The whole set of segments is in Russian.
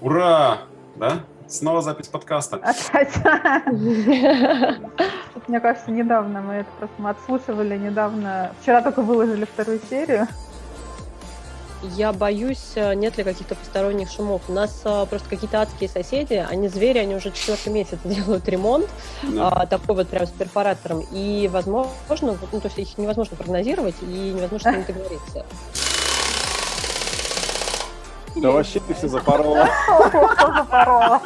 Ура! Да? Снова запись подкаста. Опять. Мне кажется, недавно мы это просто отслушивали недавно. Вчера только выложили вторую серию. Я боюсь, нет ли каких-то посторонних шумов. У нас просто какие-то адские соседи, они звери, они уже 4-й месяц делают ремонт, такой вот прям с перфоратором. И, возможно, то есть их невозможно прогнозировать и невозможно с ними договориться. Да вообще ты все запорола. Запорола.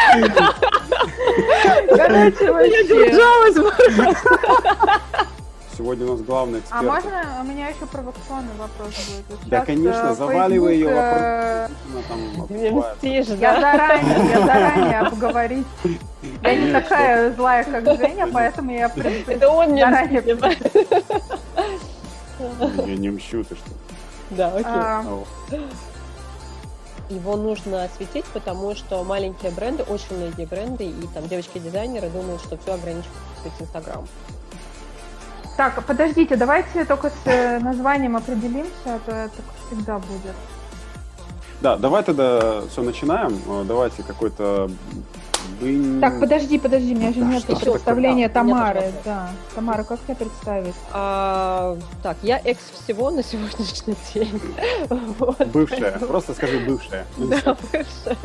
Короче, вообще. Сегодня у нас главный эксперт. А можно у меня еще провокационный вопрос будет? Да, конечно, заваливай ее вопросами. Я заранее обговорить. Я не такая злая, как Женя, поэтому я это он мне заранее. Я не мщу, ты что? Да, окей. Его нужно осветить, потому что маленькие бренды, очень многие бренды и там девочки-дизайнеры думают, что все ограничивается Инстаграм. Так, подождите, давайте только с названием определимся, а то это всегда будет. Да, давай тогда все начинаем. Давайте какой-то... Так, подожди, у меня же нет представления Тамары. Да. Тамара, как тебя представить? Так, я экс всего на сегодняшний день. Вот. Бывшая, просто скажи бывшая. Да, бывшая.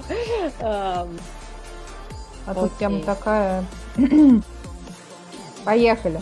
А тут тема такая. Поехали.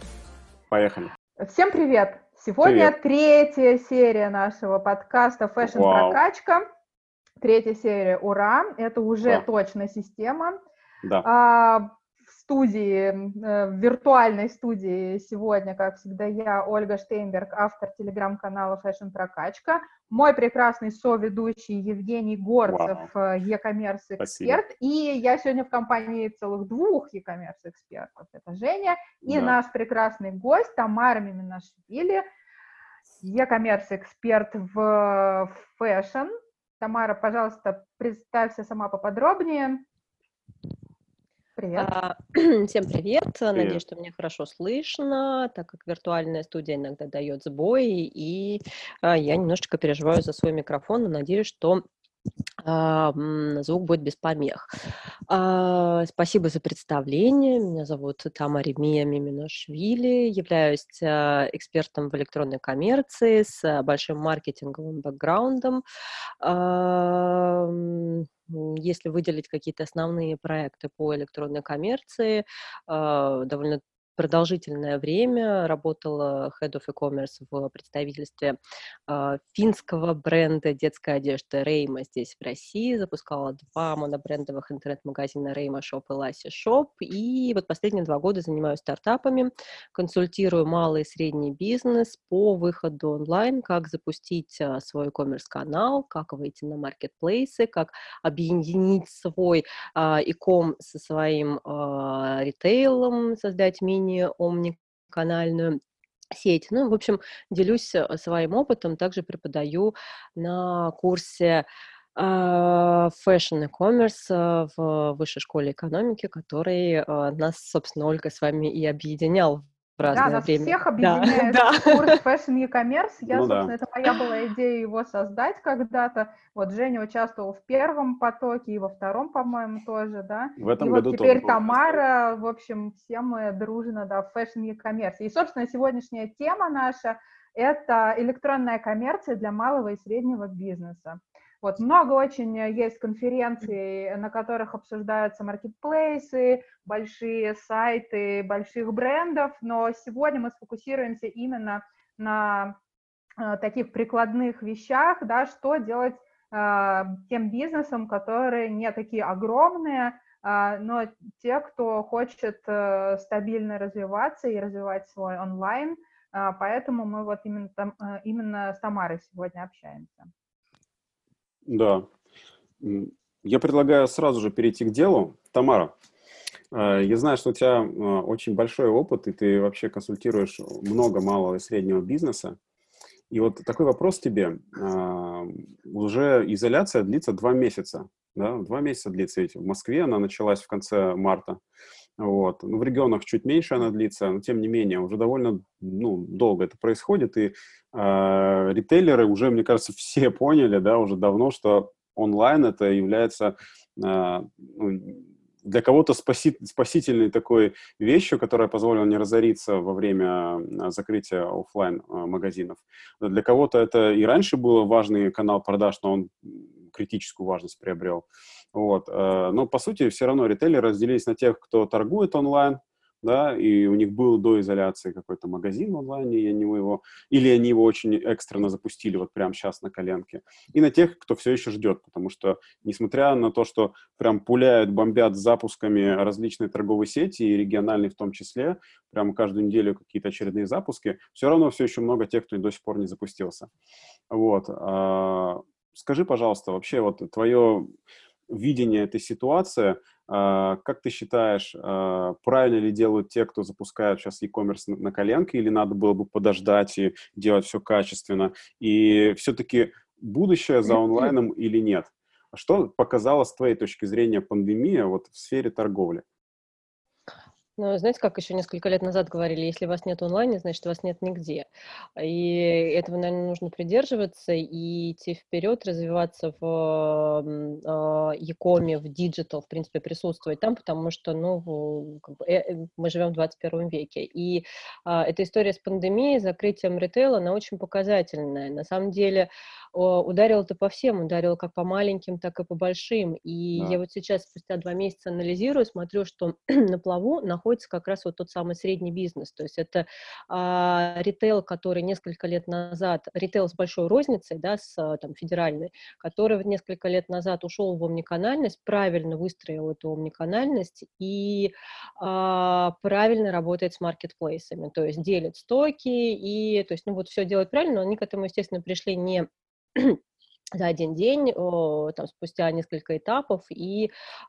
Всем привет! Сегодня третья серия нашего подкаста «Фэшн Прокачка». Третья серия, ура! Это уже точно система. Да. В студии, в виртуальной студии сегодня, как всегда, я, Ольга Штейнберг, автор телеграм-канала «Фэшн Прокачка», мой прекрасный соведущий Евгений Горцев, e-commerce эксперт, и я сегодня в компании целых двух e-commerce экспертов. Это Женя и наш прекрасный гость Тамара Миминашвили, e-commerce эксперт в фэшн. Тамара, пожалуйста, представься сама поподробнее. Привет. Всем привет. Надеюсь, что меня хорошо слышно, так как виртуальная студия иногда дает сбои, и я немножечко переживаю за свой микрофон, но надеюсь, что звук будет без помех. Спасибо за представление. Меня зовут Тамара Миминашвили. Являюсь экспертом в электронной коммерции с большим маркетинговым бэкграундом. Если выделить какие-то основные проекты по электронной коммерции, довольно продолжительное время работала Head of E-commerce в представительстве финского бренда детской одежды Рейма здесь, в России. Запускала 2 монобрендовых интернет-магазина Рейма Шоп и Ласи Шоп. И вот последние 2 года занимаюсь стартапами, консультирую малый и средний бизнес по выходу онлайн, как запустить свой e-commerce-канал, как выйти на маркетплейсы, как объединить свой e-com со своим ритейлом, создать мини-омниканальную сеть. Ну, в общем, делюсь своим опытом, также преподаю на курсе Fashion e-commerce в Высшей школе экономики, который нас, собственно, Ольга с вами и объединял в разное время. Нас всех объединяет курс Fashion e-commerce. Собственно, это моя была идея его создать когда-то. Вот Женя участвовал в первом потоке и во втором, по-моему, тоже, да. В этом и году вот теперь тоже Тамара, в общем, все мы дружно, да, в Fashion e-commerce. И, собственно, сегодняшняя тема наша – это электронная коммерция для малого и среднего бизнеса. Вот, много очень есть конференций, на которых обсуждаются маркетплейсы, большие сайты больших брендов, но сегодня мы сфокусируемся именно на таких прикладных вещах, да, что делать тем бизнесам, которые не такие огромные, но те, кто хочет стабильно развиваться и развивать свой онлайн, поэтому мы вот именно с Тамарой сегодня общаемся. Да. Я предлагаю сразу же перейти к делу. Тамара, я знаю, что у тебя очень большой опыт, и ты вообще консультируешь много малого и среднего бизнеса. И вот такой вопрос тебе. Уже изоляция длится 2 месяца. Да? 2 месяца длится ведь. В Москве она началась в конце марта. Вот. Ну, в регионах чуть меньше она длится, но тем не менее уже довольно долго это происходит. И ритейлеры уже, мне кажется, все поняли, да, уже давно, что онлайн это является ну, для кого-то спасительной такой вещью, которая позволила не разориться во время закрытия оффлайн магазинов. Для кого-то это и раньше был важный канал продаж, но он критическую важность приобрел. Вот. Но, по сути, все равно ритейлеры разделились на тех, кто торгует онлайн, да, и у них был до изоляции какой-то магазин в онлайне, и или они его очень экстренно запустили вот прямо сейчас на коленке, и на тех, кто все еще ждет, потому что, несмотря на то, что прям пуляют, бомбят с запусками различные торговые сети, и региональные в том числе, прямо каждую неделю какие-то очередные запуски, все равно все еще много тех, кто до сих пор не запустился. Вот. Скажи, пожалуйста, вообще вот твое видение этой ситуации, как ты считаешь, правильно ли делают те, кто запускает сейчас e-commerce на коленке, или надо было бы подождать и делать все качественно? И все-таки будущее за онлайном или нет? Что показала с твоей точки зрения пандемия вот в сфере торговли? Ну, знаете, как еще несколько лет назад говорили, если вас нет онлайне, значит, вас нет нигде. И этого, наверное, нужно придерживаться и идти вперед, развиваться в e-коме, в диджитал, в принципе, присутствовать там, потому что, ну, как бы, мы живем в 21 веке. И эта история с пандемией, закрытием ритейла, она очень показательная. На самом деле, ударил это по всем, ударил как по маленьким, так и по большим. И я Да. вот сейчас, спустя 2 месяца, анализирую, смотрю, что на плаву находится как раз вот тот самый средний бизнес. То есть это ритейл, который несколько лет назад, ритейл с большой розницей, да, там, федеральной, который несколько лет назад ушел в омниканальность, правильно выстроил эту омниканальность и правильно работает с маркетплейсами, то есть делит стоки и, то есть, ну, вот все делает правильно, но они к этому, естественно, пришли не за один день, там, спустя несколько этапов, и,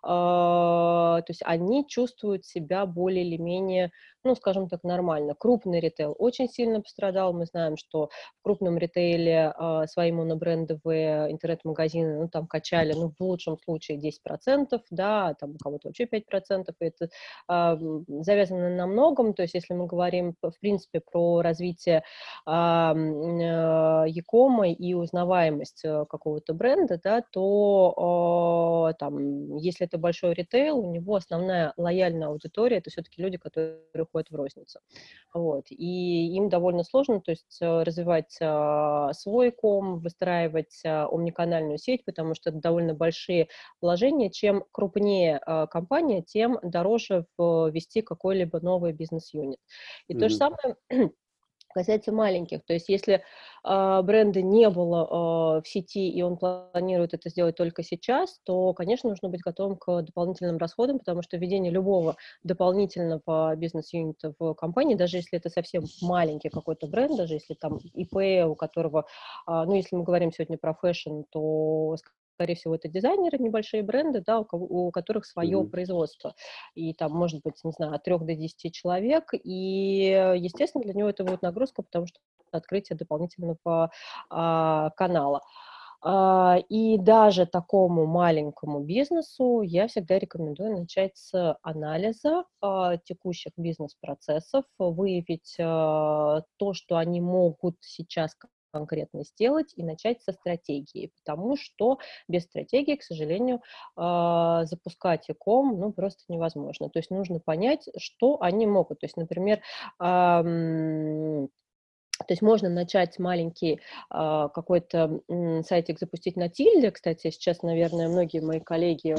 то есть они чувствуют себя более или менее, ну, скажем так, нормально. Крупный ритейл очень сильно пострадал, мы знаем, что в крупном ритейле свои монобрендовые интернет-магазины, ну, там качали, ну, в лучшем случае 10%, да, там у кого-то вообще 5%, и это завязано на многом, то есть если мы говорим, в принципе, про развитие e-кома и узнаваемость какого-то бренда, да, то там, если это большой ритейл, у него основная лояльная аудитория — это все-таки люди, которые ходят в розницу. Вот. И им довольно сложно, то есть развивать свой ком, выстраивать омниканальную сеть, потому что это довольно большие вложения. Чем крупнее компания, тем дороже ввести какой-либо новый бизнес-юнит. И то же Мгм. самое касается маленьких. То есть если бренда не было в сети, и он планирует это сделать только сейчас, то, конечно, нужно быть готовым к дополнительным расходам, потому что введение любого дополнительного бизнес-юнита в компании, даже если это совсем маленький какой-то бренд, даже если там ИП, у которого, ну, если мы говорим сегодня про фэшн, то скорее всего, это дизайнеры, небольшие бренды, да, у которых свое Мгм. производство. И там, может быть, не знаю, от 3 до 10 человек. И, естественно, для него это будет нагрузка, потому что открытие дополнительного канала. И даже такому маленькому бизнесу я всегда рекомендую начать с анализа текущих бизнес-процессов, выявить то, что они могут сейчас конкретно сделать, и начать со стратегии, потому что без стратегии, к сожалению, запускать e-com, ну, просто невозможно. То есть нужно понять, что они могут. То есть, например, то есть можно начать маленький какой-то сайтик запустить на Тильде. Кстати, сейчас, наверное, многие мои коллеги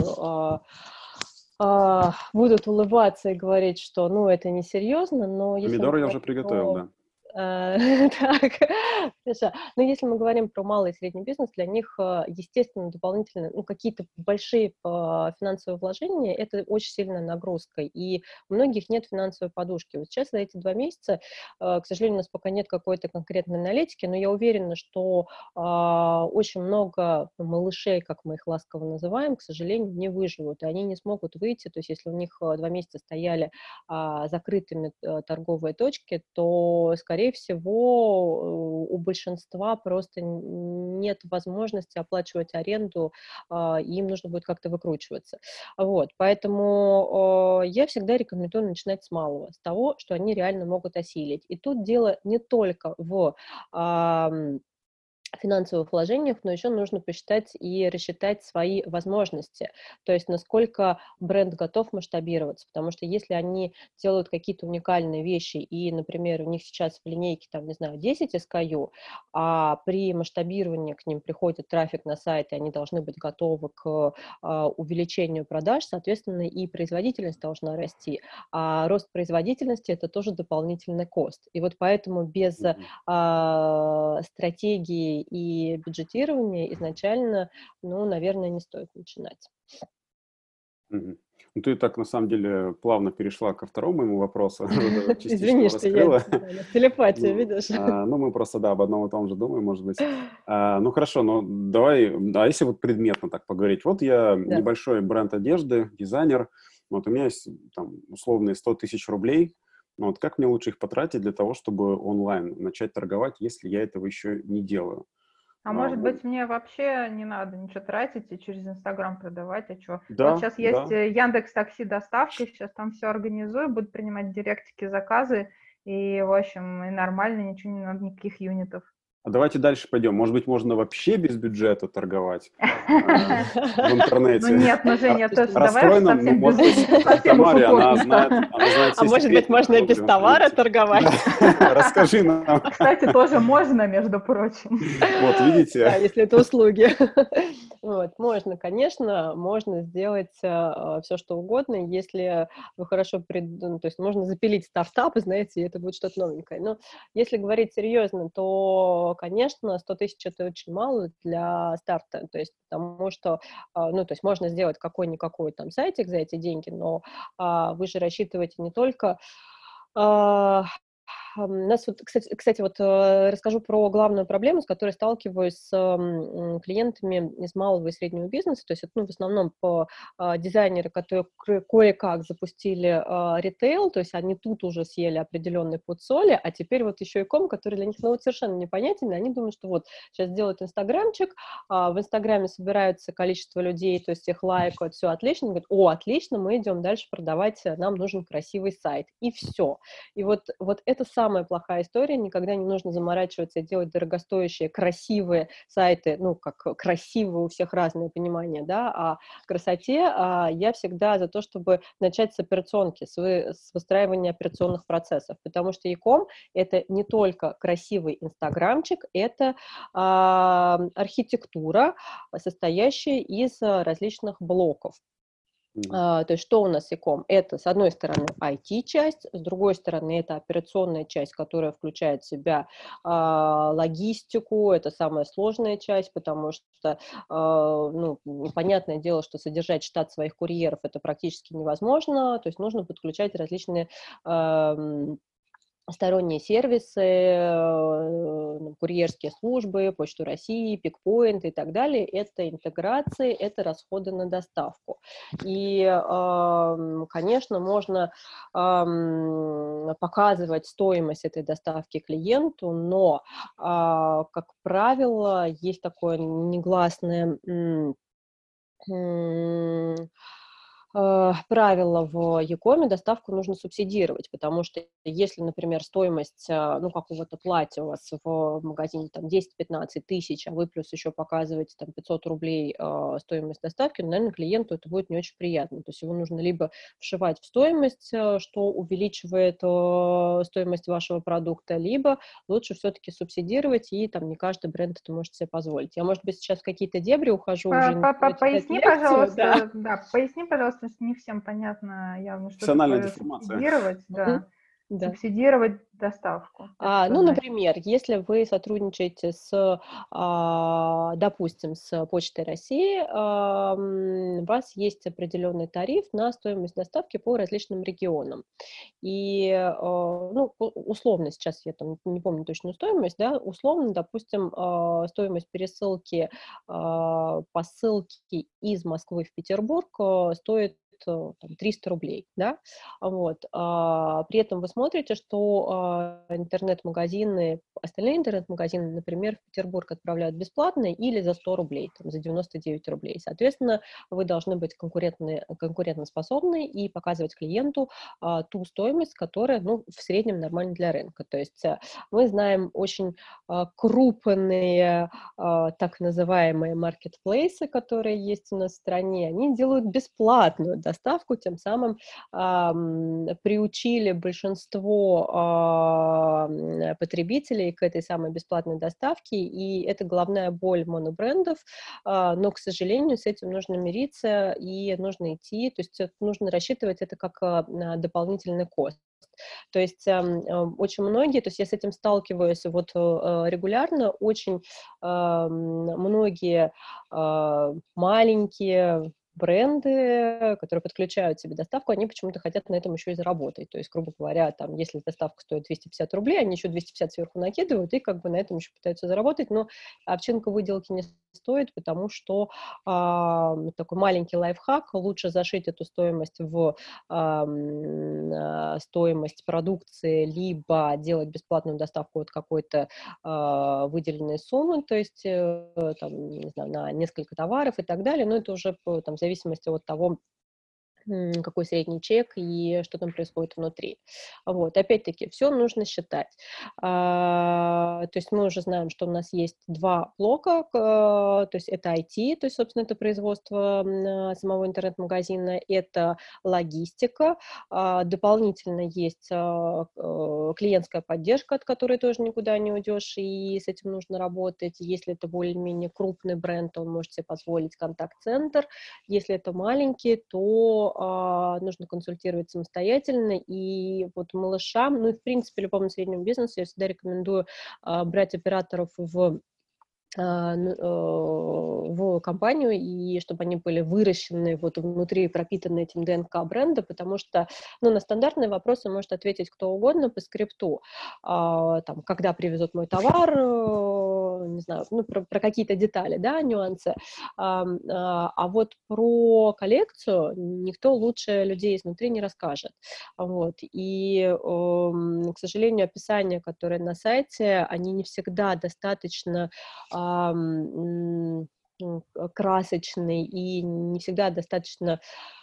будут улыбаться и говорить, что, ну, это несерьезно, но если мы Помидоры я уже говорим приготовил, про... да. Так, хорошо. Но если мы говорим про малый и средний бизнес, для них, естественно, дополнительно, ну, какие-то большие финансовые вложения — это очень сильная нагрузка, и у многих нет финансовой подушки. Вот сейчас за эти 2 месяца, к сожалению, у нас пока нет какой-то конкретной аналитики, но я уверена, что очень много малышей, как мы их ласково называем, к сожалению, не выживут, и они не смогут выйти. То есть если у них 2 месяца стояли закрытыми торговые точки, то, скорее всего, у большинства просто нет возможности оплачивать аренду, и им нужно будет как-то выкручиваться. Вот, поэтому я всегда рекомендую начинать с малого, с того, что они реально могут осилить. И тут дело не только в финансовых вложениях, но еще нужно посчитать и рассчитать свои возможности, то есть насколько бренд готов масштабироваться, потому что если они делают какие-то уникальные вещи, и, например, у них сейчас в линейке, там, не знаю, 10 SKU, а при масштабировании к ним приходит трафик на сайт, и они должны быть готовы к увеличению продаж, соответственно, и производительность должна расти, а рост производительности – это тоже дополнительный кост. И вот поэтому без Мгм. стратегии и бюджетирования изначально, ну, наверное, не стоит начинать. Мгм. Ну, ты так, на самом деле, плавно перешла ко второму моему вопросу, уже даже частично Извини, его что я, раскрыла. да, у нас телепатия, Ну, видишь? ну, мы просто, да, об одном и том же думаем, может быть. Ну, хорошо, ну, давай, а если вот предметно так поговорить? Вот я Да. небольшой бренд одежды, дизайнер, вот у меня есть там условные 100 тысяч рублей, ну, вот как мне лучше их потратить для того, чтобы онлайн начать торговать, если я этого еще не делаю? А может Вот, быть, мне вообще не надо ничего тратить и через Инстаграм продавать, а что? Вот да, сейчас есть да. Яндекс Такси доставка, сейчас там все организую, буду принимать директики, заказы, и, в общем, и нормально, ничего не надо, никаких юнитов. А давайте дальше пойдем. Может быть, можно вообще без бюджета торговать в Ну интернете. нет, ну Женя, это ж давай уж Расстроена, ну, совсем без, может быть, совсем уж Тамаре, утопим-то. она знает А все может быть, секреты можно и без торговли в товара интернете. Да, торговать? расскажи нам. Кстати, тоже можно, между прочим. Вот, Да, видите? если это услуги. Вот, можно, конечно, можно сделать все, что угодно, если вы хорошо, ну, то есть можно запилить стартап, знаете, и это будет что-то новенькое. Но если говорить серьезно, то, конечно, 100 тысяч – это очень мало для старта, то есть потому что, ну, то есть можно сделать какой-никакой там сайтик за эти деньги, но вы же рассчитываете не только а, нас вот, кстати, вот расскажу про главную проблему, с которой сталкиваюсь с клиентами из малого и среднего бизнеса. То есть это, ну, в основном дизайнеры, которые кое-как запустили ритейл, то есть они тут уже съели определенный пуд соли, а теперь вот еще и ком, который для них, ну, вот совершенно непонятен, и они думают, что вот сейчас делают инстаграмчик, в инстаграме собирается количество людей, то есть их лайкают, все отлично, говорят, о, отлично, мы идем дальше продавать, нам нужен красивый сайт, и все. И вот это самая плохая история, никогда не нужно заморачиваться и делать дорогостоящие, красивые сайты, ну, как красивые, у всех разное понимание, да, о красоте. Я всегда за то, чтобы начать с операционки, с выстраивания операционных процессов, потому что e-com – это не только красивый инстаграмчик, это архитектура, состоящая из различных блоков. Мгм. То есть что у нас e-com? Это, с одной стороны, IT-часть, с другой стороны, это операционная часть, которая включает в себя логистику, это самая сложная часть, потому что, ну, понятное дело, что содержать штат своих курьеров это практически невозможно, то есть нужно подключать различные сторонние сервисы, курьерские службы, Почту России, Пикпоинт и так далее. Это интеграции, это расходы на доставку. И, конечно, можно показывать стоимость этой доставки клиенту, но, как правило, есть такое негласное правило в Якоме: доставку нужно субсидировать, потому что если, например, стоимость, ну, какого-то платья у вас в магазине там 10-15 тысяч, а вы плюс еще показываете там 500 рублей стоимость доставки, ну, наверное, клиенту это будет не очень приятно. То есть его нужно либо вшивать в стоимость, что увеличивает стоимость вашего продукта, либо лучше все-таки субсидировать, и там не каждый бренд это может себе позволить. Я, может быть, сейчас в какие-то дебри ухожу, уже начинаю читать Поясни, лекцию, да. пожалуйста, да, поясни, пожалуйста, потому что не всем понятно явно, что Профессиональная такое деформация. субсидировать, Мгм. да. Да. Субсидировать доставку. Это что Ну, значит? например, если вы сотрудничаете с, допустим, с Почтой России, у вас есть определенный тариф на стоимость доставки по различным регионам. И, ну, условно, сейчас я там не помню точную стоимость, да, условно, допустим, стоимость пересылки посылки из Москвы в Петербург стоит там, 300 рублей, да, вот. При этом вы смотрите, что интернет-магазины, остальные интернет-магазины, например, в Петербург отправляют бесплатно или за 100 рублей, там, за 99 рублей. Соответственно, вы должны быть конкурентоспособны и показывать клиенту ту стоимость, которая, ну, в среднем нормальна для рынка. То есть мы знаем очень крупные так называемые маркетплейсы, которые есть у нас в стране, они делают бесплатную доставку, тем самым приучили большинство потребителей к этой самой бесплатной доставке, и это головная боль монобрендов, но, к сожалению, с этим нужно мириться и нужно идти, то есть нужно рассчитывать это как дополнительный кост. То есть очень многие, то есть я с этим сталкиваюсь вот регулярно, очень многие маленькие бренды, которые подключают себе доставку, они почему-то хотят на этом еще и заработать. То есть, грубо говоря, там, если доставка стоит 250 рублей, они еще 250 сверху накидывают и как бы на этом еще пытаются заработать, но овчинка выделки не стоит, потому что такой маленький лайфхак, лучше зашить эту стоимость в стоимость продукции, либо делать бесплатную доставку от какой-то выделенной суммы, то есть там, не знаю, на несколько товаров и так далее, но это уже там, в зависимости от того, какой средний чек и что там происходит внутри. Вот, опять-таки, все нужно считать. То есть мы уже знаем, что у нас есть два блока, то есть это IT, то есть, собственно, это производство самого интернет-магазина, это логистика, дополнительно есть клиентская поддержка, от которой тоже никуда не уйдешь, и с этим нужно работать. Если это более-менее крупный бренд, то он может себе позволить контакт-центр. Если это маленький, то нужно консультировать самостоятельно, и вот малышам, ну и в принципе любому среднему бизнесу я всегда рекомендую брать операторов в компанию, и чтобы они были выращены вот внутри, пропитаны этим ДНК бренда, потому что, ну, на стандартные вопросы может ответить кто угодно по скрипту, там, когда привезут мой товар, не знаю, ну, про какие-то детали, да, нюансы, а вот про коллекцию никто лучше людей изнутри не расскажет, вот, и, к сожалению, описания, которые на сайте, они не всегда достаточно красочный и не всегда достаточно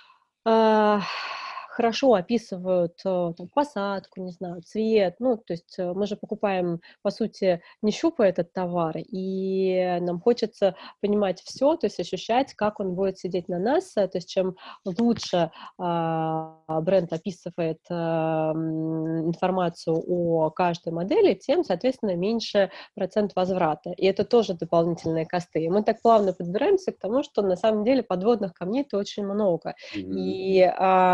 хорошо описывают там, посадку, не знаю, цвет. Ну, то есть мы же покупаем, по сути, не щупая этот товар, и нам хочется понимать все, то есть ощущать, как он будет сидеть на нас. То есть чем лучше бренд описывает информацию о каждой модели, тем, соответственно, меньше процент возврата. И это тоже дополнительные косты. И мы так плавно подбираемся к тому, что на самом деле подводных камней-то очень много. И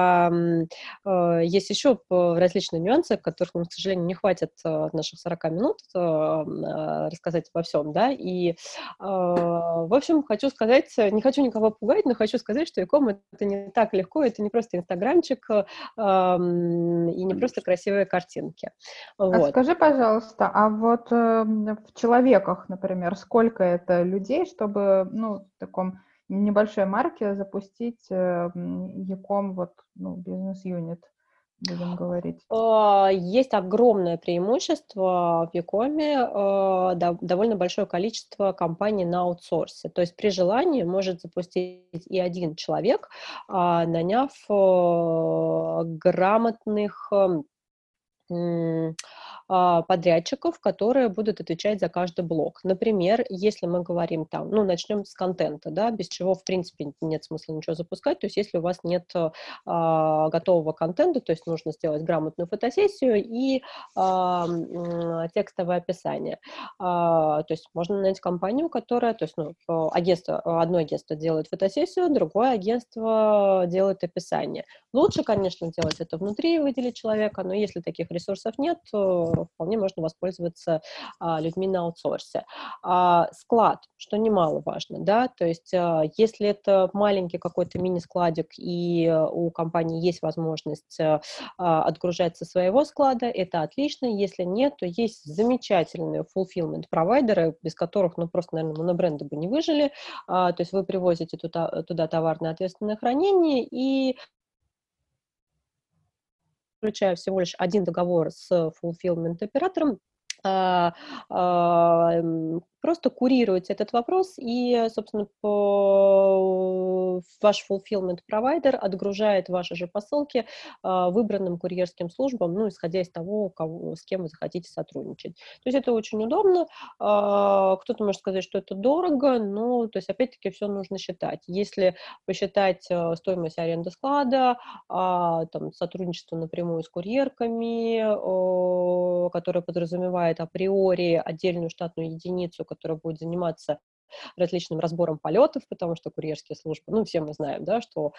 есть еще различные нюансы, которых нам, к сожалению, не хватит наших 40 минут рассказать обо всем, да, и, в общем, хочу сказать, не хочу никого пугать, но хочу сказать, что e-com это не так легко, это не просто инстаграмчик и не просто красивые картинки. Вот. Скажи, пожалуйста, а вот в человеках, например, сколько это людей, чтобы, ну, в таком небольшой марке запустить e-com, вот, ну, бизнес-юнит, будем говорить? Есть огромное преимущество в e-com, довольно большое количество компаний на аутсорсе. То есть при желании может запустить и один человек, наняв грамотных подрядчиков, которые будут отвечать за каждый блок. Например, если мы говорим там, ну, начнем с контента, да, без чего, в принципе, нет смысла ничего запускать, то есть если у вас нет готового контента, то есть нужно сделать грамотную фотосессию и текстовое описание. То есть можно нанять компанию, которая, то есть, ну, одно агентство делает фотосессию, другое агентство делает описание. Лучше, конечно, делать это внутри, выделить человека, но если таких ресурсов нет, то вполне можно воспользоваться людьми на аутсорсе. Склад, что немаловажно, да, то есть если это маленький какой-то мини-складик, и у компании есть возможность отгружать со своего склада, это отлично, если нет, то есть замечательные fulfillment-провайдеры, без которых, ну, просто, наверное, монобренды бы не выжили, то есть вы привозите туда товар на ответственное хранение и включая всего лишь один договор с fulfillment-оператором, просто курируете этот вопрос, и, собственно, ваш fulfillment провайдер отгружает ваши же посылки выбранным курьерским службам, ну, исходя из того, с кем вы захотите сотрудничать. То есть это очень удобно. Кто-то может сказать, что это дорого, но, то есть, опять-таки, все нужно считать. Если посчитать стоимость аренды склада, там, сотрудничество напрямую с курьерками, которое подразумевает априори отдельную штатную единицу, которая будет заниматься различным разбором полетов, потому что курьерские службы, ну, все мы знаем, да, что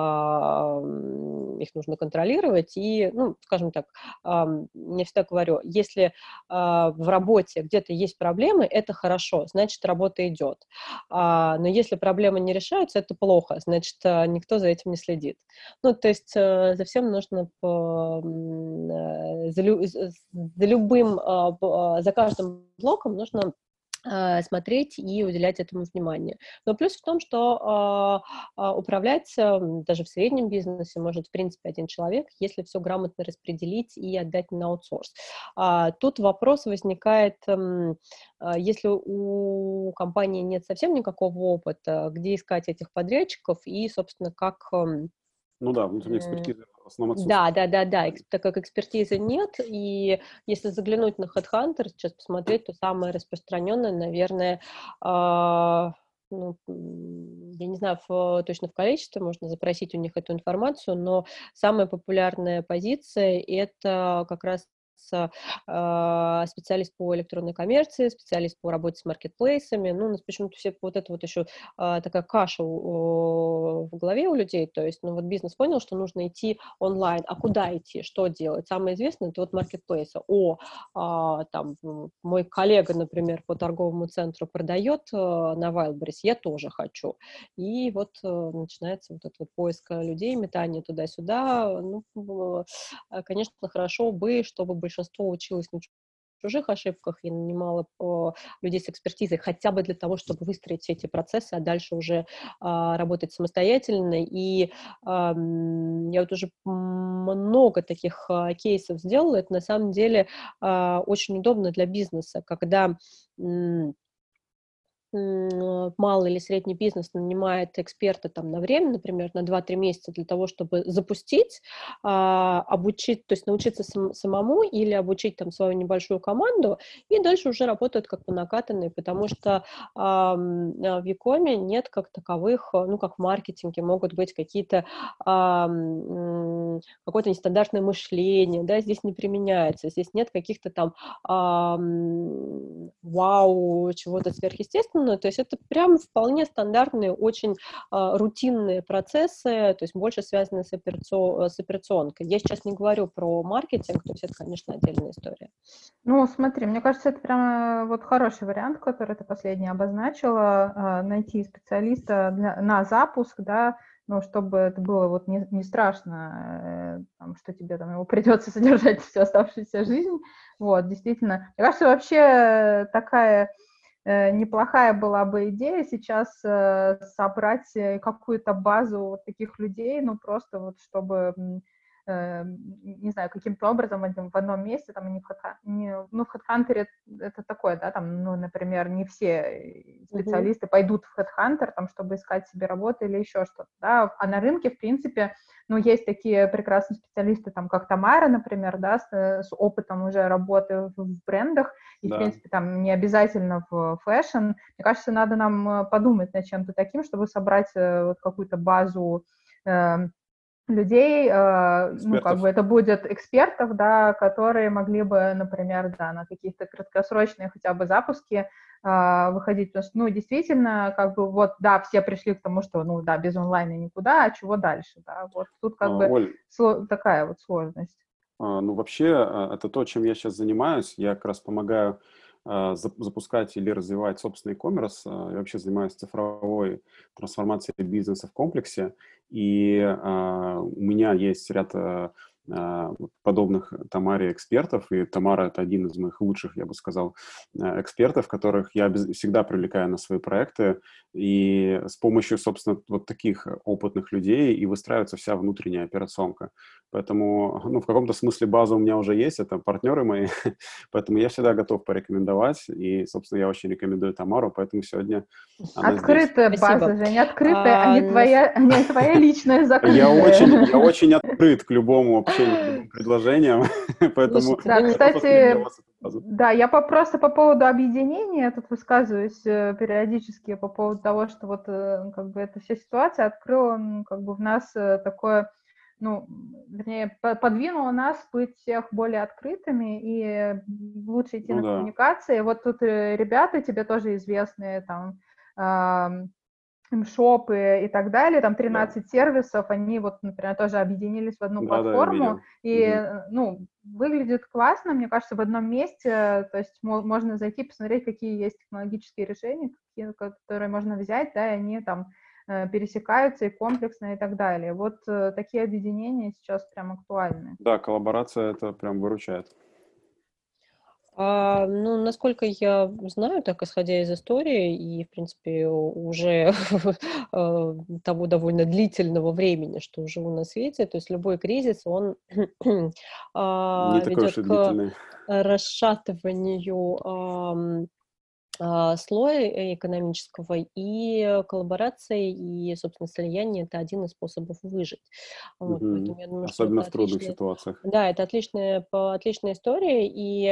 их нужно контролировать, и, ну, скажем так, я всегда говорю, если в работе где-то есть проблемы, это хорошо, значит, работа идет, но если проблемы не решаются, это плохо, значит, никто за этим не следит. Ну, то есть за всем нужно за каждым блоком нужно смотреть и уделять этому внимание. Но плюс в том, что управлять даже в среднем бизнесе может, в принципе, один человек, если все грамотно распределить и отдать на аутсорс. Тут вопрос возникает, если у компании нет совсем никакого опыта, где искать этих подрядчиков и, собственно, как... Ну да, внутренняя экспертиза в основном Да, отсутствует. так как экспертизы нет, и если заглянуть на HeadHunter, сейчас посмотреть, то самое распространенное, наверное, ну, я не знаю точно в количестве, можно запросить у них эту информацию, но самая популярная позиция – это как раз специалист по электронной коммерции, специалист по работе с маркетплейсами. Ну, у нас почему-то все вот это вот еще такая каша в голове у людей, то есть, ну, вот бизнес понял, что нужно идти онлайн, а куда идти, что делать? Самое известное – это вот маркетплейсы. Там, мой коллега, например, по торговому центру продает на Wildberries, я тоже хочу. И вот начинается вот этот вот поиск людей, метание туда-сюда. Ну, конечно, хорошо бы, чтобы большинство училось на чужих ошибках и нанимала людей с экспертизой хотя бы для того, чтобы выстроить все эти процессы, а дальше уже работать самостоятельно. И я вот уже много таких кейсов сделала. Это на самом деле очень удобно для бизнеса, когда малый или средний бизнес нанимает эксперта там на время, например, на 2-3 месяца для того, чтобы запустить, обучить, то есть научиться самому или обучить там свою небольшую команду, и дальше уже работают как по накатанной, потому что в Якоме нет как таковых, ну, как в маркетинге, могут быть какие-то какое-то нестандартное мышление, да, здесь не применяется, здесь нет каких-то там вау, чего-то сверхъестественного, то есть это прям вполне стандартные, очень рутинные процессы, то есть больше связаны с операционкой. Я сейчас не говорю про маркетинг, то есть это, конечно, отдельная история. Ну, смотри, мне кажется, это прям вот хороший вариант, который ты последний обозначила, найти специалиста на запуск, да, ну, чтобы это было вот не страшно, там, что тебе там его придется содержать всю оставшуюся жизнь. Вот, действительно. Мне кажется, вообще такая неплохая была бы идея сейчас собрать какую-то базу вот таких людей, ну, просто вот чтобы... не знаю, каким-то образом в одном месте, там, ну, в HeadHunter это такое, да, там, ну, например, не все специалисты пойдут в HeadHunter, там, чтобы искать себе работу или еще что-то, да, а на рынке, в принципе, ну, есть такие прекрасные специалисты, там, как Тамара, например, да, с опытом уже работы в брендах, и, в принципе, там, не обязательно в фэшн. Мне кажется, надо нам подумать над чем-то таким, чтобы собрать вот какую-то базу людей, ну, как бы это будет экспертов, да, которые могли бы, например, да, на какие-то краткосрочные хотя бы запуски выходить, потому что, ну, действительно, как бы, вот, да, все пришли к тому, что, ну, да, без онлайна никуда, а чего дальше, да, вот тут как бы Оль, такая вот сложность. Ну, вообще, это то, чем я сейчас занимаюсь. Я как раз помогаю запускать или развивать собственный e-commerce. Я вообще занимаюсь цифровой трансформацией бизнеса в комплексе. И у меня есть ряд подобных Тамаре экспертов, и Тамара — это один из моих лучших, я бы сказал, экспертов, которых я всегда привлекаю на свои проекты, и с помощью, собственно, вот таких опытных людей и выстраивается вся внутренняя операционка. Поэтому, ну, в каком-то смысле база у меня уже есть, это партнеры мои, поэтому я всегда готов порекомендовать, и, собственно, я очень рекомендую Тамару, поэтому сегодня она здесь. Открытая Спасибо. база, Женя, открытая, Нас- не твоя личная Я закрытая. очень открыт к любому общению, к любым предложениям, поэтому Слушайте, Да, ну, готов открыть для кстати, вас эту базу. да, просто по поводу объединения, я тут высказываюсь периодически по поводу того, что вот как бы эта вся ситуация открыла, ну, как бы в нас такое, ну, вернее, подвинула нас быть всех более открытыми и лучше идти Ну на да, коммуникации. Вот тут ребята, тебе тоже известные, там, шопы и так далее, там да, 13 сервисов, они вот, например, тоже объединились в одну да, я платформу, видел. и, ну, выглядит классно, мне кажется, в одном месте, то есть можно зайти, посмотреть, какие есть технологические решения, которые можно взять, да, и они там пересекаются и комплексно и так далее. Вот такие объединения сейчас прям актуальны. Да, коллаборация это прям выручает. Ну, насколько я знаю, так исходя из истории и, в принципе, уже того довольно длительного времени, что живу на свете, то есть любой кризис, он Не такой уж ведет и к длительный. расшатыванию слоя экономического, и коллаборации, и, собственно, слияние — это один из способов выжить. Вот, Мгм. поэтому я думаю, что Особенно это в трудных отличный, ситуациях. да, это отличная история, и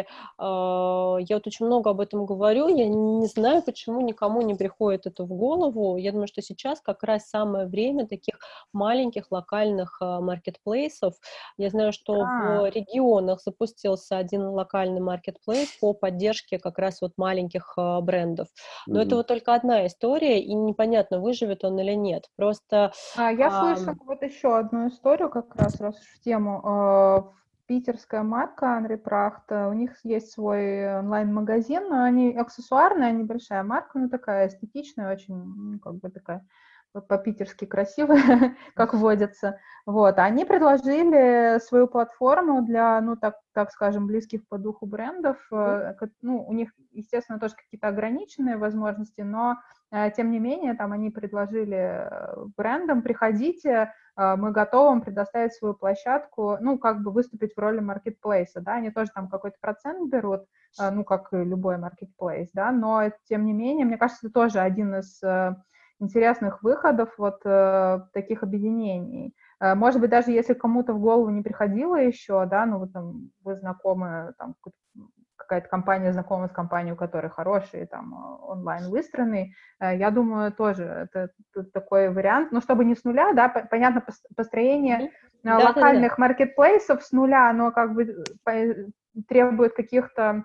я вот очень много об этом говорю, я не знаю, почему никому не приходит это в голову. Я думаю, что сейчас как раз самое время таких маленьких локальных маркетплейсов. Я знаю, что Да. в регионах запустился один локальный маркетплейс по поддержке как раз вот маленьких брендов. Но это Мгм. вот только одна история, и непонятно, выживет он или нет. Просто Я слышала вот еще одну историю, как раз уж в тему. Питерская марка Анри Прахт, у них есть свой онлайн-магазин, но они аксессуарная, небольшая марка, ну такая эстетичная, очень, ну, как бы такая по-питерски красивая, как водится. Вот, они предложили свою платформу для, ну, так скажем, близких по духу брендов. Ну, у них, естественно, тоже какие-то ограниченные возможности, но тем не менее, там они предложили брендам: приходите, мы готовы вам предоставить свою площадку, ну, как бы выступить в роли маркетплейса, да, они тоже там какой-то процент берут, ну, как и любой маркетплейс, да, но тем не менее, мне кажется, это тоже один из интересных выходов вот таких объединений. Может быть, даже если кому-то в голову не приходило еще, да, ну, вот там вы знакомы, там, какая-то компания знакома с компанией, у которой хороший там онлайн выстроенный, я думаю, тоже это такой вариант, но чтобы не с нуля, да, понятно, построение да-да-да. локальных маркетплейсов с нуля, оно как бы требует каких-то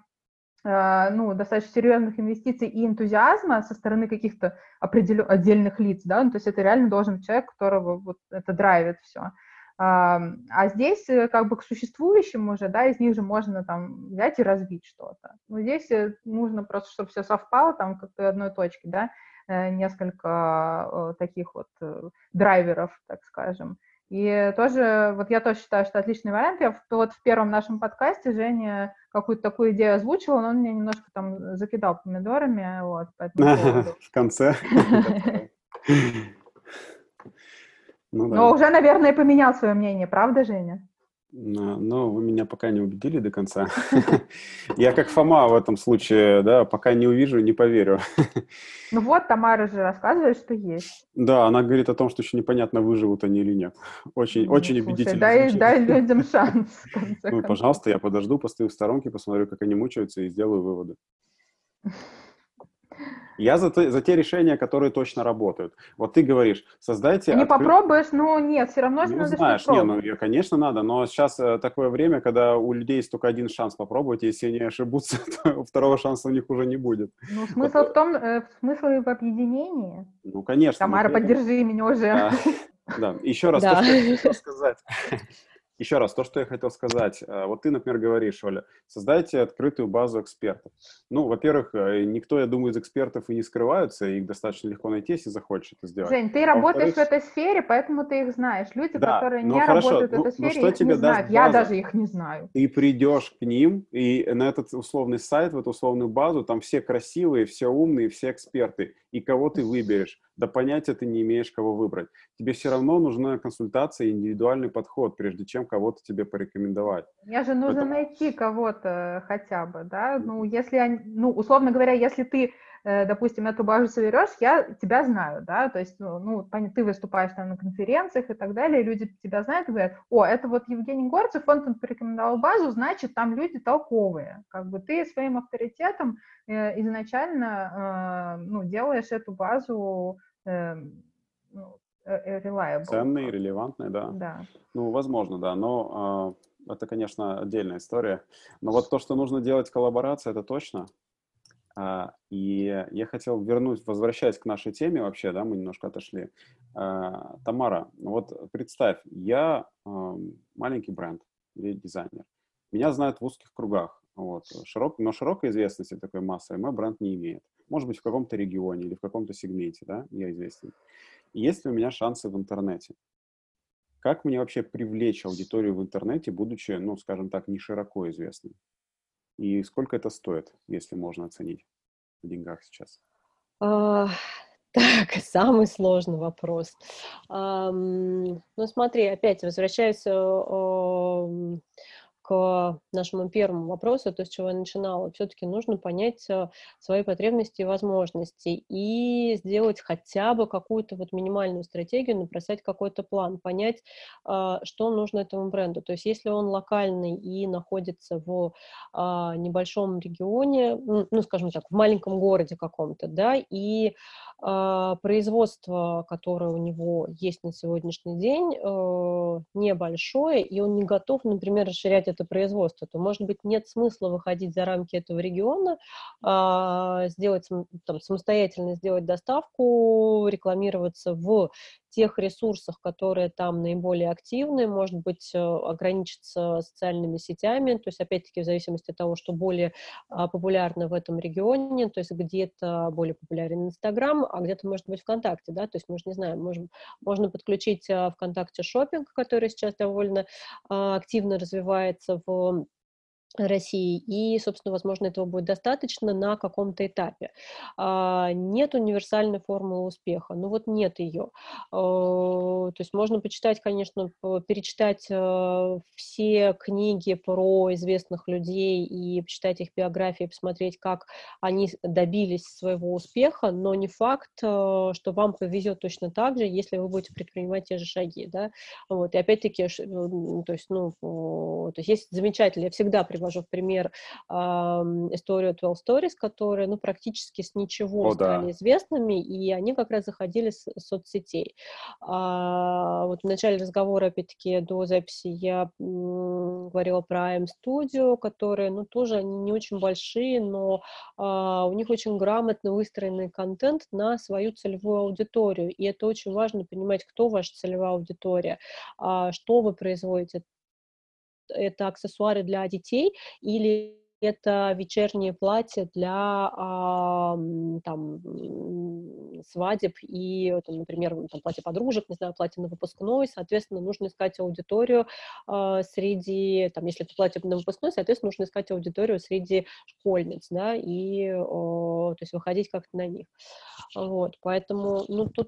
ну, достаточно серьезных инвестиций и энтузиазма со стороны каких-то отдельных лиц, да, ну, то есть это реально должен быть человек, которого вот это драйвит все. А здесь как бы к существующим уже, да, из них же можно там взять и развить что-то. Но здесь нужно просто, чтобы все совпало там как-то одной точке, да, несколько таких вот драйверов, так скажем. И тоже, вот я тоже считаю, что отличный вариант. Я вот в первом нашем подкасте Женя какую-то такую идею озвучила, но он меня немножко там закидал помидорами, вот, по этому поводу. В конце. Ну Но да. уже, наверное, поменял свое мнение, правда, Женя? Но вы меня пока не убедили до конца. Я как Фома в этом случае, да, пока не увижу, не поверю. Ну вот, Тамара же рассказывает, что есть. Да, она говорит о том, что еще непонятно, выживут они или нет. Очень, Ну, очень слушай, убедительно дай, звучит. дай людям шанс, в конце Ну, концов. пожалуйста, я подожду, постою в сторонке, посмотрю, как они мучаются, и сделаю выводы. Я за те решения, которые точно работают. Вот ты говоришь, создайте Не открытый... попробуешь, ну нет, все равно же Ну, надо что-то знаешь, не, ну, пробовать. ее, конечно, надо, но сейчас такое время, когда у людей есть только один шанс попробовать, если они ошибутся, то второго шанса у них уже не будет. Ну, Вот, смысл в том, смысл в объединении. ну, конечно, но Тамара, при этом... поддержи меня уже. Да, да. Еще раз, то, Да. что я хотел сказать. еще раз, то, что я хотел сказать. Вот ты, например, говоришь, Оля, создайте открытую базу экспертов. Ну, во-первых, никто, я думаю, из экспертов и не скрываются, их достаточно легко найти, если захочешь это сделать. Жень, ты А работаешь во-вторых, в этой сфере, поэтому ты их знаешь. Люди, да, которые ну не хорошо, работают в этой ну сфере, что их не тебе даст знают. Я база? даже их не знаю. Ты придешь к ним, и на этот условный сайт, в эту условную базу, там все красивые, все умные, все эксперты. И кого ты выберешь? Да понятия ты не имеешь, кого выбрать. Тебе все равно нужна консультация и индивидуальный подход, прежде чем кого-то тебе порекомендовать. Мне же нужно Поэтому найти кого-то хотя бы, да, ну, если, ну, условно говоря, если ты, допустим, эту базу соберешь, я тебя знаю, да, то есть, ну, ты выступаешь там на конференциях и так далее, люди тебя знают и говорят, о, это вот Евгений Горцев, он там порекомендовал базу, значит, там люди толковые, как бы ты своим авторитетом изначально, ну, делаешь эту базу, ну, reliable, ценный, релевантный, да. да. Ну, возможно, да, но это, конечно, отдельная история. Но вот то, что нужно делать коллаборации, это точно. И я хотел возвращаясь к нашей теме вообще, да, мы немножко отошли. Тамара, вот представь, я маленький бренд или дизайнер. Меня знают в узких кругах. Вот. Но широкой известности такой массовой мой бренд не имеет. Может быть, в каком-то регионе или в каком-то сегменте, да, я известен. И есть ли у меня шансы в интернете? Как мне вообще привлечь аудиторию в интернете, будучи, ну, скажем так, не широко известным? И сколько это стоит, если можно оценить в деньгах сейчас? А, Так, самый сложный вопрос. Ну, смотри, опять возвращаясь к нашему первому вопросу, то, с чего я начинала, все-таки нужно понять свои потребности и возможности и сделать хотя бы какую-то вот минимальную стратегию, написать какой-то план, понять, что нужно этому бренду. То есть если он локальный и находится в небольшом регионе, ну, скажем так, в маленьком городе каком-то, да, и производство, которое у него есть на сегодняшний день, небольшое, и он не готов, например, расширять это производство, то, может быть, нет смысла выходить за рамки этого региона, сделать там, самостоятельно сделать доставку, рекламироваться в тех ресурсах, которые там наиболее активны, может быть, ограничиться социальными сетями, то есть, опять-таки, в зависимости от того, что более популярно в этом регионе, то есть где-то более популярен Инстаграм, а где-то, может быть, ВКонтакте, да, то есть мы же не знаем, можно подключить ВКонтакте шопинг, который сейчас довольно активно развивается в России, и, собственно, возможно, этого будет достаточно на каком-то этапе. Нет универсальной формулы успеха, ну вот нет ее. То есть можно почитать, конечно, перечитать все книги про известных людей и почитать их биографии, посмотреть, как они добились своего успеха, но не факт, что вам повезет точно так же, если вы будете предпринимать те же шаги, да. Вот. И опять-таки, то есть, то есть есть замечательно, я всегда привожу в пример историю 12 Stories, которые, ну, практически с ничего О, стали да. известными, и они как раз заходили с соцсетей. Вот в начале разговора, опять-таки, до записи я говорила про AM Studio, которые, ну, тоже они не очень большие, но у них очень грамотно выстроенный контент на свою целевую аудиторию, и это очень важно понимать, кто ваша целевая аудитория, что вы производите. Это аксессуары для детей или это вечерние платья для свадеб и, там, например, там, платье подружек, не знаю, платье на выпускной, соответственно, нужно искать аудиторию среди, там, если это платье на выпускной, соответственно, нужно искать аудиторию среди школьниц, да, и, то есть, выходить как-то на них. Вот, поэтому, ну, тут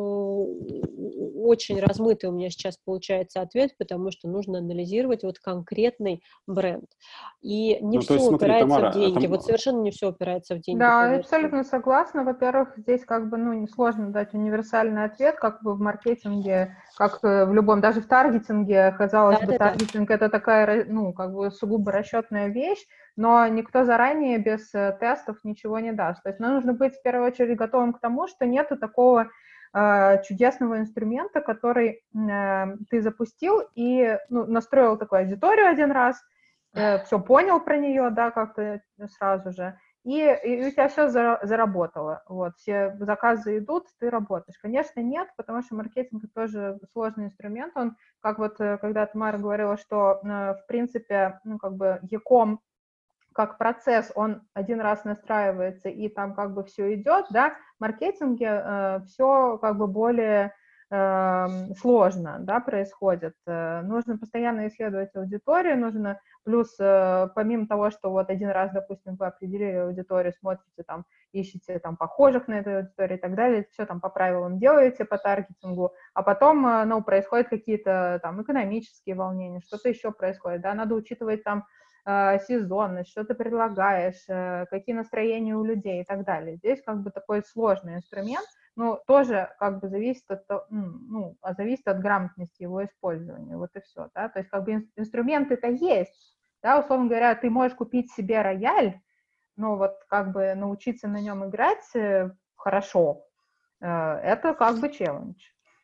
очень размытый у меня сейчас получается ответ, потому что нужно анализировать вот конкретный бренд. И не Ну, то все есть смотри, упирается в Тамара, деньги. Вот совершенно не все упирается в деньги, Да, я поверьте. абсолютно согласна. Во-первых, здесь как бы, ну, несложно дать универсальный ответ, как бы в маркетинге, как в любом, даже в таргетинге, казалось бы, Да-да-да. таргетинг это такая, ну, как бы сугубо расчетная вещь, но никто заранее без тестов ничего не даст. То есть нам нужно быть в первую очередь готовым к тому, что нету такого чудесного инструмента, который ты запустил и, ну, настроил такую аудиторию один раз, все понял про нее, да, как-то сразу же, и у тебя все заработало. Вот, все заказы идут, ты работаешь. Конечно, нет, потому что маркетинг тоже сложный инструмент. Он, как вот когда Тамара говорила, что, в принципе, ну, как бы e-com как процесс, он один раз настраивается, и там как бы все идет, да, в маркетинге все как бы более сложно, да, происходит. Нужно постоянно исследовать аудиторию, нужно плюс, помимо того, что вот один раз, допустим, вы определили аудиторию, смотрите там, ищете там похожих на эту аудиторию и так далее, все там по правилам делаете, по таргетингу, а потом, ну, происходят какие-то там экономические волнения, что-то еще происходит, да, надо учитывать там сезонность, что ты предлагаешь, какие настроения у людей и так далее. Здесь как бы такой сложный инструмент, но тоже как бы зависит зависит от грамотности его использования, вот и все, да, то есть как бы инструменты-то есть, да, условно говоря, ты можешь купить себе рояль, но вот как бы научиться на нем играть хорошо, это как бы челлендж.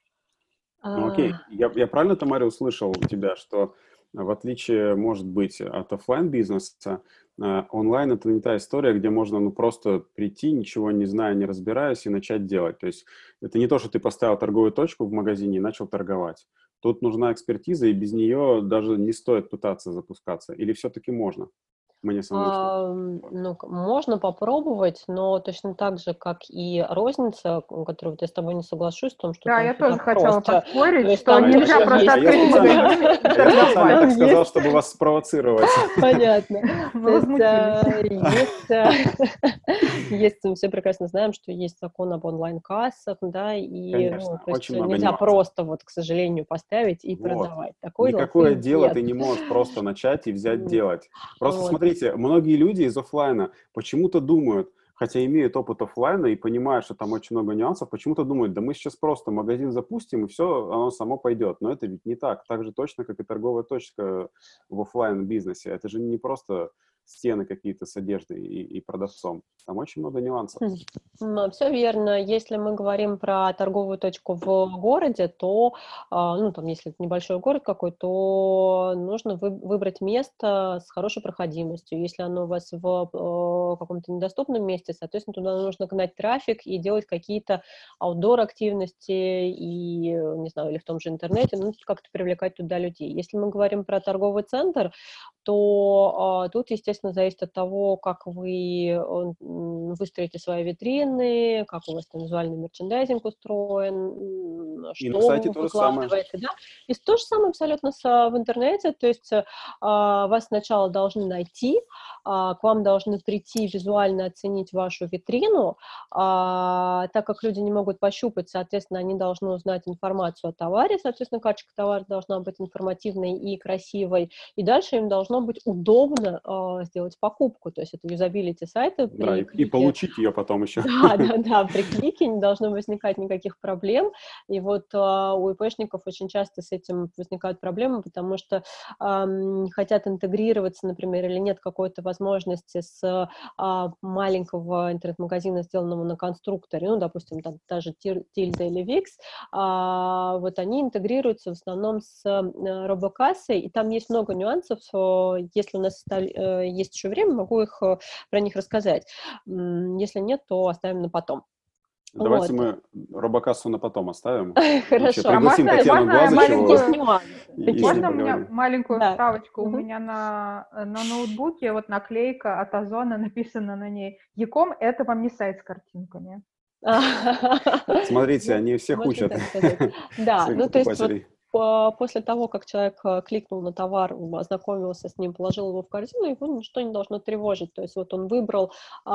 Ну, окей. Я правильно, Тамара, услышал у тебя, что в отличие, может быть, от оффлайн бизнеса, онлайн это не та история, где можно ну, просто прийти, ничего не зная, не разбираясь, и начать делать. То есть это не то, что ты поставил торговую точку в магазине и начал торговать. Тут нужна экспертиза, и без нее даже не стоит пытаться запускаться. Или все-таки можно? Мне самому что? Ну, можно попробовать, но точно так же, как и розница, которую вот я с тобой не соглашусь, в том, что Да, там я все тоже так хотела просто. То поспорить, есть что там нельзя тоже просто есть. открыть магазин и Я специально торговать. так сказал, Есть. чтобы вас спровоцировать. Понятно. Мы То есть возмутились. есть, мы все прекрасно знаем, что есть закон об онлайн-кассах, да, и, ну, Конечно, то есть очень много нельзя нюансов. просто вот, к сожалению, поставить и Вот. продавать. Такой Никакое лафы дело нет. ты не можешь просто начать и взять делать. Просто Вот. смотрите, многие люди из оффлайна почему-то думают, хотя имеют опыт оффлайна и понимают, что там очень много нюансов, почему-то думают, да мы сейчас просто магазин запустим, и все, оно само пойдет. Но это ведь не так. Так же точно, как и торговая точка в оффлайн бизнесе. Это же не просто стены какие-то с одеждой и продавцом. Там очень много нюансов. Все верно. Если мы говорим про торговую точку в городе, то, ну, там, если это небольшой город какой, то нужно выбрать место с хорошей проходимостью. Если оно у вас в каком-то недоступном месте, соответственно, туда нужно гнать трафик и делать какие-то аутдор-активности и, не знаю, или в том же интернете, ну, как-то привлекать туда людей. Если мы говорим про торговый центр, то тут, естественно, зависит от того, как вы выстроите свои витрины, как у вас там визуальный мерчендайзинг устроен, И на что сайте вы то же самое. выкладываете, да. И то же самое абсолютно в интернете, то есть вас сначала должны найти, к вам должны прийти визуально оценить вашу витрину, так как люди не могут пощупать, соответственно, они должны узнать информацию о товаре, соответственно, карточка товара должна быть информативной и красивой, и дальше им должно быть удобно сделать покупку, то есть это юзабилити сайта Да, при и клике. получить ее потом еще. Да, при клике не должно возникать никаких проблем, и вот у ИПшников очень часто с этим возникают проблемы, потому что не хотят интегрироваться, например, или нет какой-то возможности с маленького интернет-магазина, сделанного на конструкторе, ну, допустим, там та же Tilda или Wix, вот они интегрируются в основном с робокассой, и там есть много нюансов. Если у нас есть еще время, могу про них рассказать. Если нет, то оставим на потом. Давайте Вот. мы робокассу на потом оставим. Вообще Хорошо. пригласим Татьяну можно Глазычеву Есть нюансы. и с ней Можно у меня поговорим. маленькую Да. вставочку? У Мгм. меня на ноутбуке вот наклейка от Озона, написано на ней «Яком» — это вам не сайт с картинками. Смотрите, Ну, они всех можно учат, так сказать. Да, своих ну то есть вот покупателей. после того, как человек кликнул на товар, ознакомился с ним, положил его в корзину, его ничто не должно тревожить. То есть вот он выбрал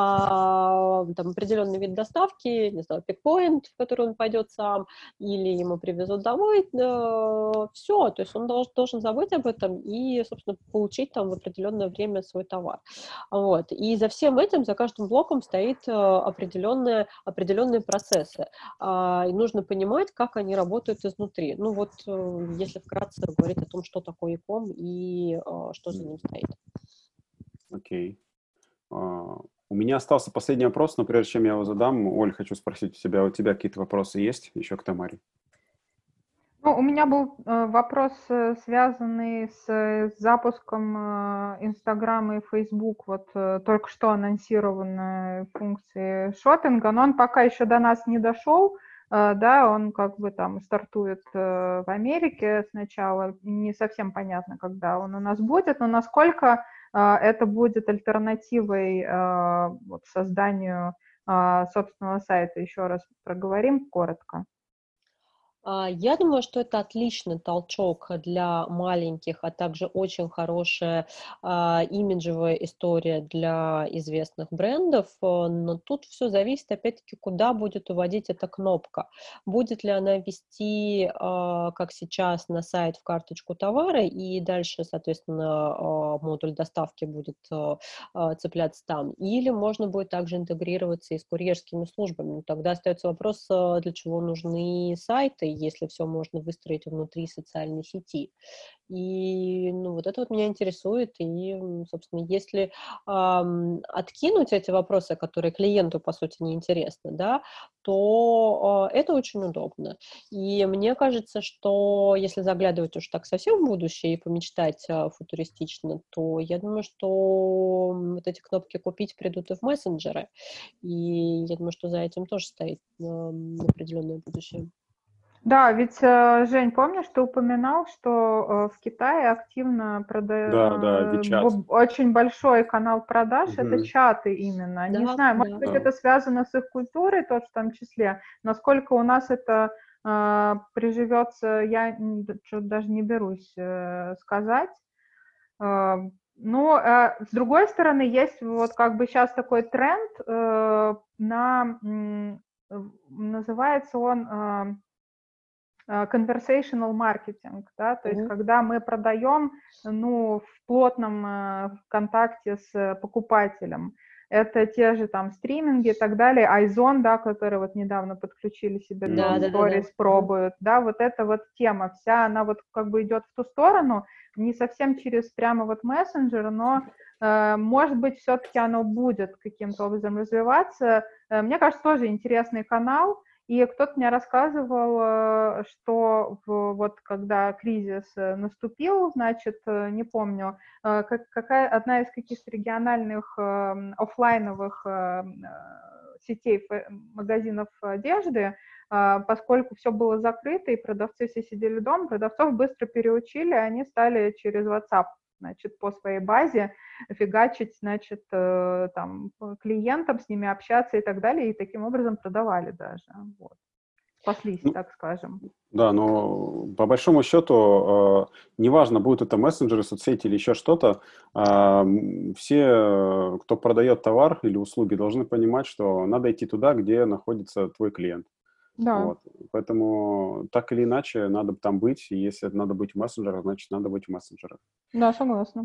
там определенный вид доставки, не знаю, пикпоинт, в который он пойдет сам, или ему привезут домой, все, то есть он должен забыть об этом и, собственно, получить там в определенное время свой товар. Вот. И за всем этим, за каждым блоком стоит определенные процессы. И нужно понимать, как они работают изнутри. Ну вот, если вкратце говорить о том, что такое e-com и что за ним стоит. Окей. У меня остался последний вопрос, но прежде чем я его задам, Оль, хочу спросить у тебя какие-то вопросы есть еще к Тамаре? Ну, у меня был вопрос, связанный с запуском Инстаграма и Фейсбук, вот только что анонсированной функции шопинга, но он пока еще до нас не дошел, да, он как бы там стартует в Америке сначала, не совсем понятно, когда он у нас будет, но насколько это будет альтернативой вот, созданию собственного сайта, еще раз проговорим коротко. Я думаю, что это отличный толчок для маленьких, а также очень хорошая имиджевая история для известных брендов, но тут все зависит, опять-таки, куда будет уводить эта кнопка. Будет ли она вести, как сейчас, на сайт в карточку товара, и дальше, соответственно, модуль доставки будет цепляться там, или можно будет также интегрироваться и с курьерскими службами. Тогда остается вопрос, для чего нужны сайты, если все можно выстроить внутри социальной сети. И вот это вот меня интересует. И, собственно, если откинуть эти вопросы, которые клиенту, по сути, неинтересны, да, то это очень удобно. И мне кажется, что если заглядывать уж так совсем в будущее и помечтать футуристично, то я думаю, что вот эти кнопки «Купить» придут и в мессенджеры. И я думаю, что за этим тоже стоит определенное будущее. Да, ведь, Жень, помнишь, ты упоминал, что в Китае активно Да, WeChat. очень большой канал продаж, это Мгм. чаты именно. Не Да, знаю, может быть, Да. это связано с их культурой тоже в том числе, насколько у нас это приживется, я чё-то даже не берусь сказать. Но, с другой стороны, есть вот как бы сейчас такой тренд называется он conversational marketing, да, то есть когда мы продаем, в плотном контакте с покупателем. Это те же там стриминги и так далее, iZone, да, которые вот недавно подключили себе Zone Stories, пробуют, да, вот эта вот тема вся, она вот как бы идет в ту сторону, не совсем через прямо вот мессенджер, но может быть, все-таки оно будет каким-то образом развиваться. Мне кажется, тоже интересный канал. И кто-то мне рассказывал, что вот когда кризис наступил, значит, не помню, одна из каких-то региональных офлайновых сетей магазинов одежды, поскольку все было закрыто и продавцы все сидели дома, продавцов быстро переучили, они стали через WhatsApp, значит, по своей базе фигачить, значит, там, клиентам, с ними общаться и так далее, и таким образом продавали даже, вот. Спаслись, так скажем. Да, но по большому счету, неважно, будут это мессенджеры, соцсети или еще что-то, все, кто продает товар или услуги, должны понимать, что надо идти туда, где находится твой клиент. Да. Вот. Поэтому так или иначе надо там быть, и если надо быть в мессенджерах, значит, надо быть в мессенджерах. Да, согласна.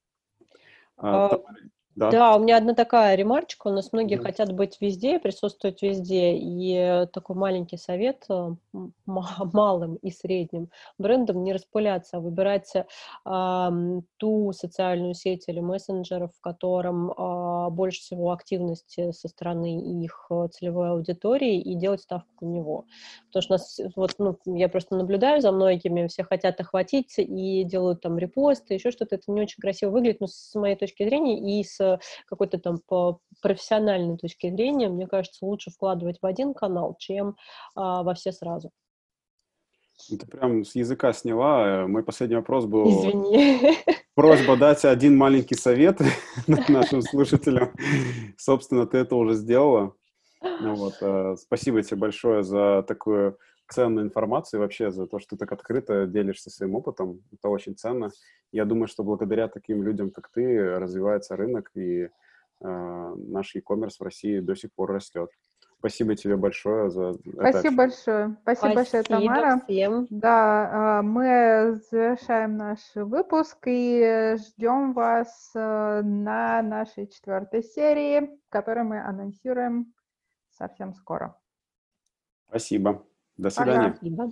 Да, у меня одна такая ремарочка. У нас многие хотят быть везде, присутствовать везде. И такой маленький совет малым и средним брендам не распыляться, а выбирать ту социальную сеть или мессенджер, в котором больше всего активности со стороны их целевой аудитории, и делать ставку на него. Потому что у нас, вот, я просто наблюдаю за многими, все хотят охватить и делают там репосты, еще что-то. Это не очень красиво выглядит, но с моей точки зрения и с какой-то там по профессиональной точке зрения, мне кажется, лучше вкладывать в один канал, чем во все сразу. Ты прям с языка сняла. Мой последний вопрос был... Извини. Просьба дать один маленький совет нашим слушателям. Собственно, ты это уже сделала. Вот. Спасибо тебе большое за такую ценную информацию и вообще за то, что ты так открыто делишься своим опытом. Это очень ценно. Я думаю, что благодаря таким людям, как ты, развивается рынок, и наш e-commerce в России до сих пор растет. Спасибо тебе большое за это. Спасибо большое. Спасибо большое, Тамара. Всем. Да, мы завершаем наш выпуск и ждем вас на нашей 4-й серии, которую мы анонсируем совсем скоро. Спасибо. До свидания. Спасибо.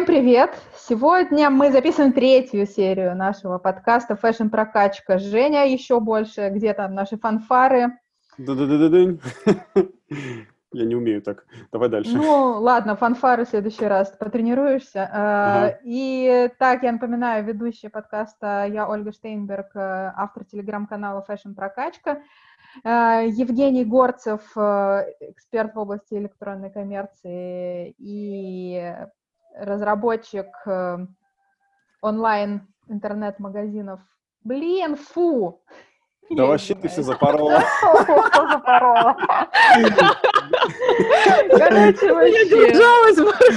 Всем привет! Сегодня мы записываем третью серию нашего подкаста «Фэшн Прокачка». Женя еще больше, где там наши фанфары? Да-да-да-да-дынь. Я не умею так. Давай дальше. Ну, ладно, фанфары в следующий раз, потренируешься. Ага. И так, я напоминаю, ведущая подкаста я, Ольга Штейнберг, автор телеграм-канала «Фэшн Прокачка». Евгений Горцев, эксперт в области электронной коммерции и разработчик онлайн-интернет-магазинов. Блин, фу! Да вообще ты все запорола. Запорола. Короче, Я вообще. держалась.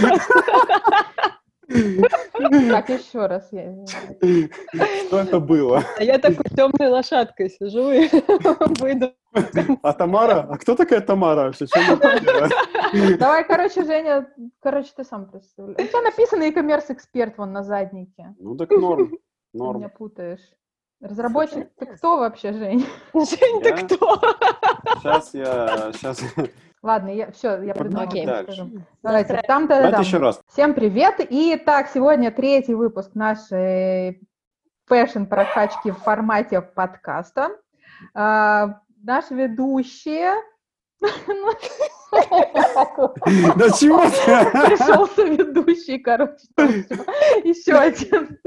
Так, еще раз. Что это было? А я такой темной лошадкой сижу и выйду. А Тамара? А кто такая Тамара вообще? Что она тут делает? Давай, короче, Женя, ты сам представляешь. У тебя написано e-commerce эксперт вон на заднике. Ну так норм. Ты Норм. меня путаешь. Разработчик, ты кто вообще, Жень? Жень, ты Я? кто? Сейчас. Ладно, я придумала, Окей. скажу. Давайте, там. Давайте еще раз. Всем привет. И так, сегодня третий выпуск нашей фэшн-прокачки в формате подкаста. Наши ведущие... Да чего ты? Пришелся ведущий, короче. Еще один.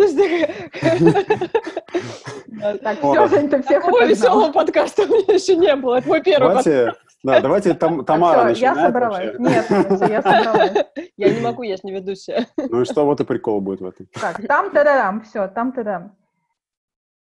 Так, все, Жень, ты всех Такого отогнал. веселого подкаста у меня еще не было. Это мой первый подкаст. Давайте Тамара Всё, я начинает собралась. вообще. Нет, всё, я собралась. Я не могу, я же не ведущая. Ну и что, вот и прикол будет в этом. Так, там-та-дам, все, там-та-дам.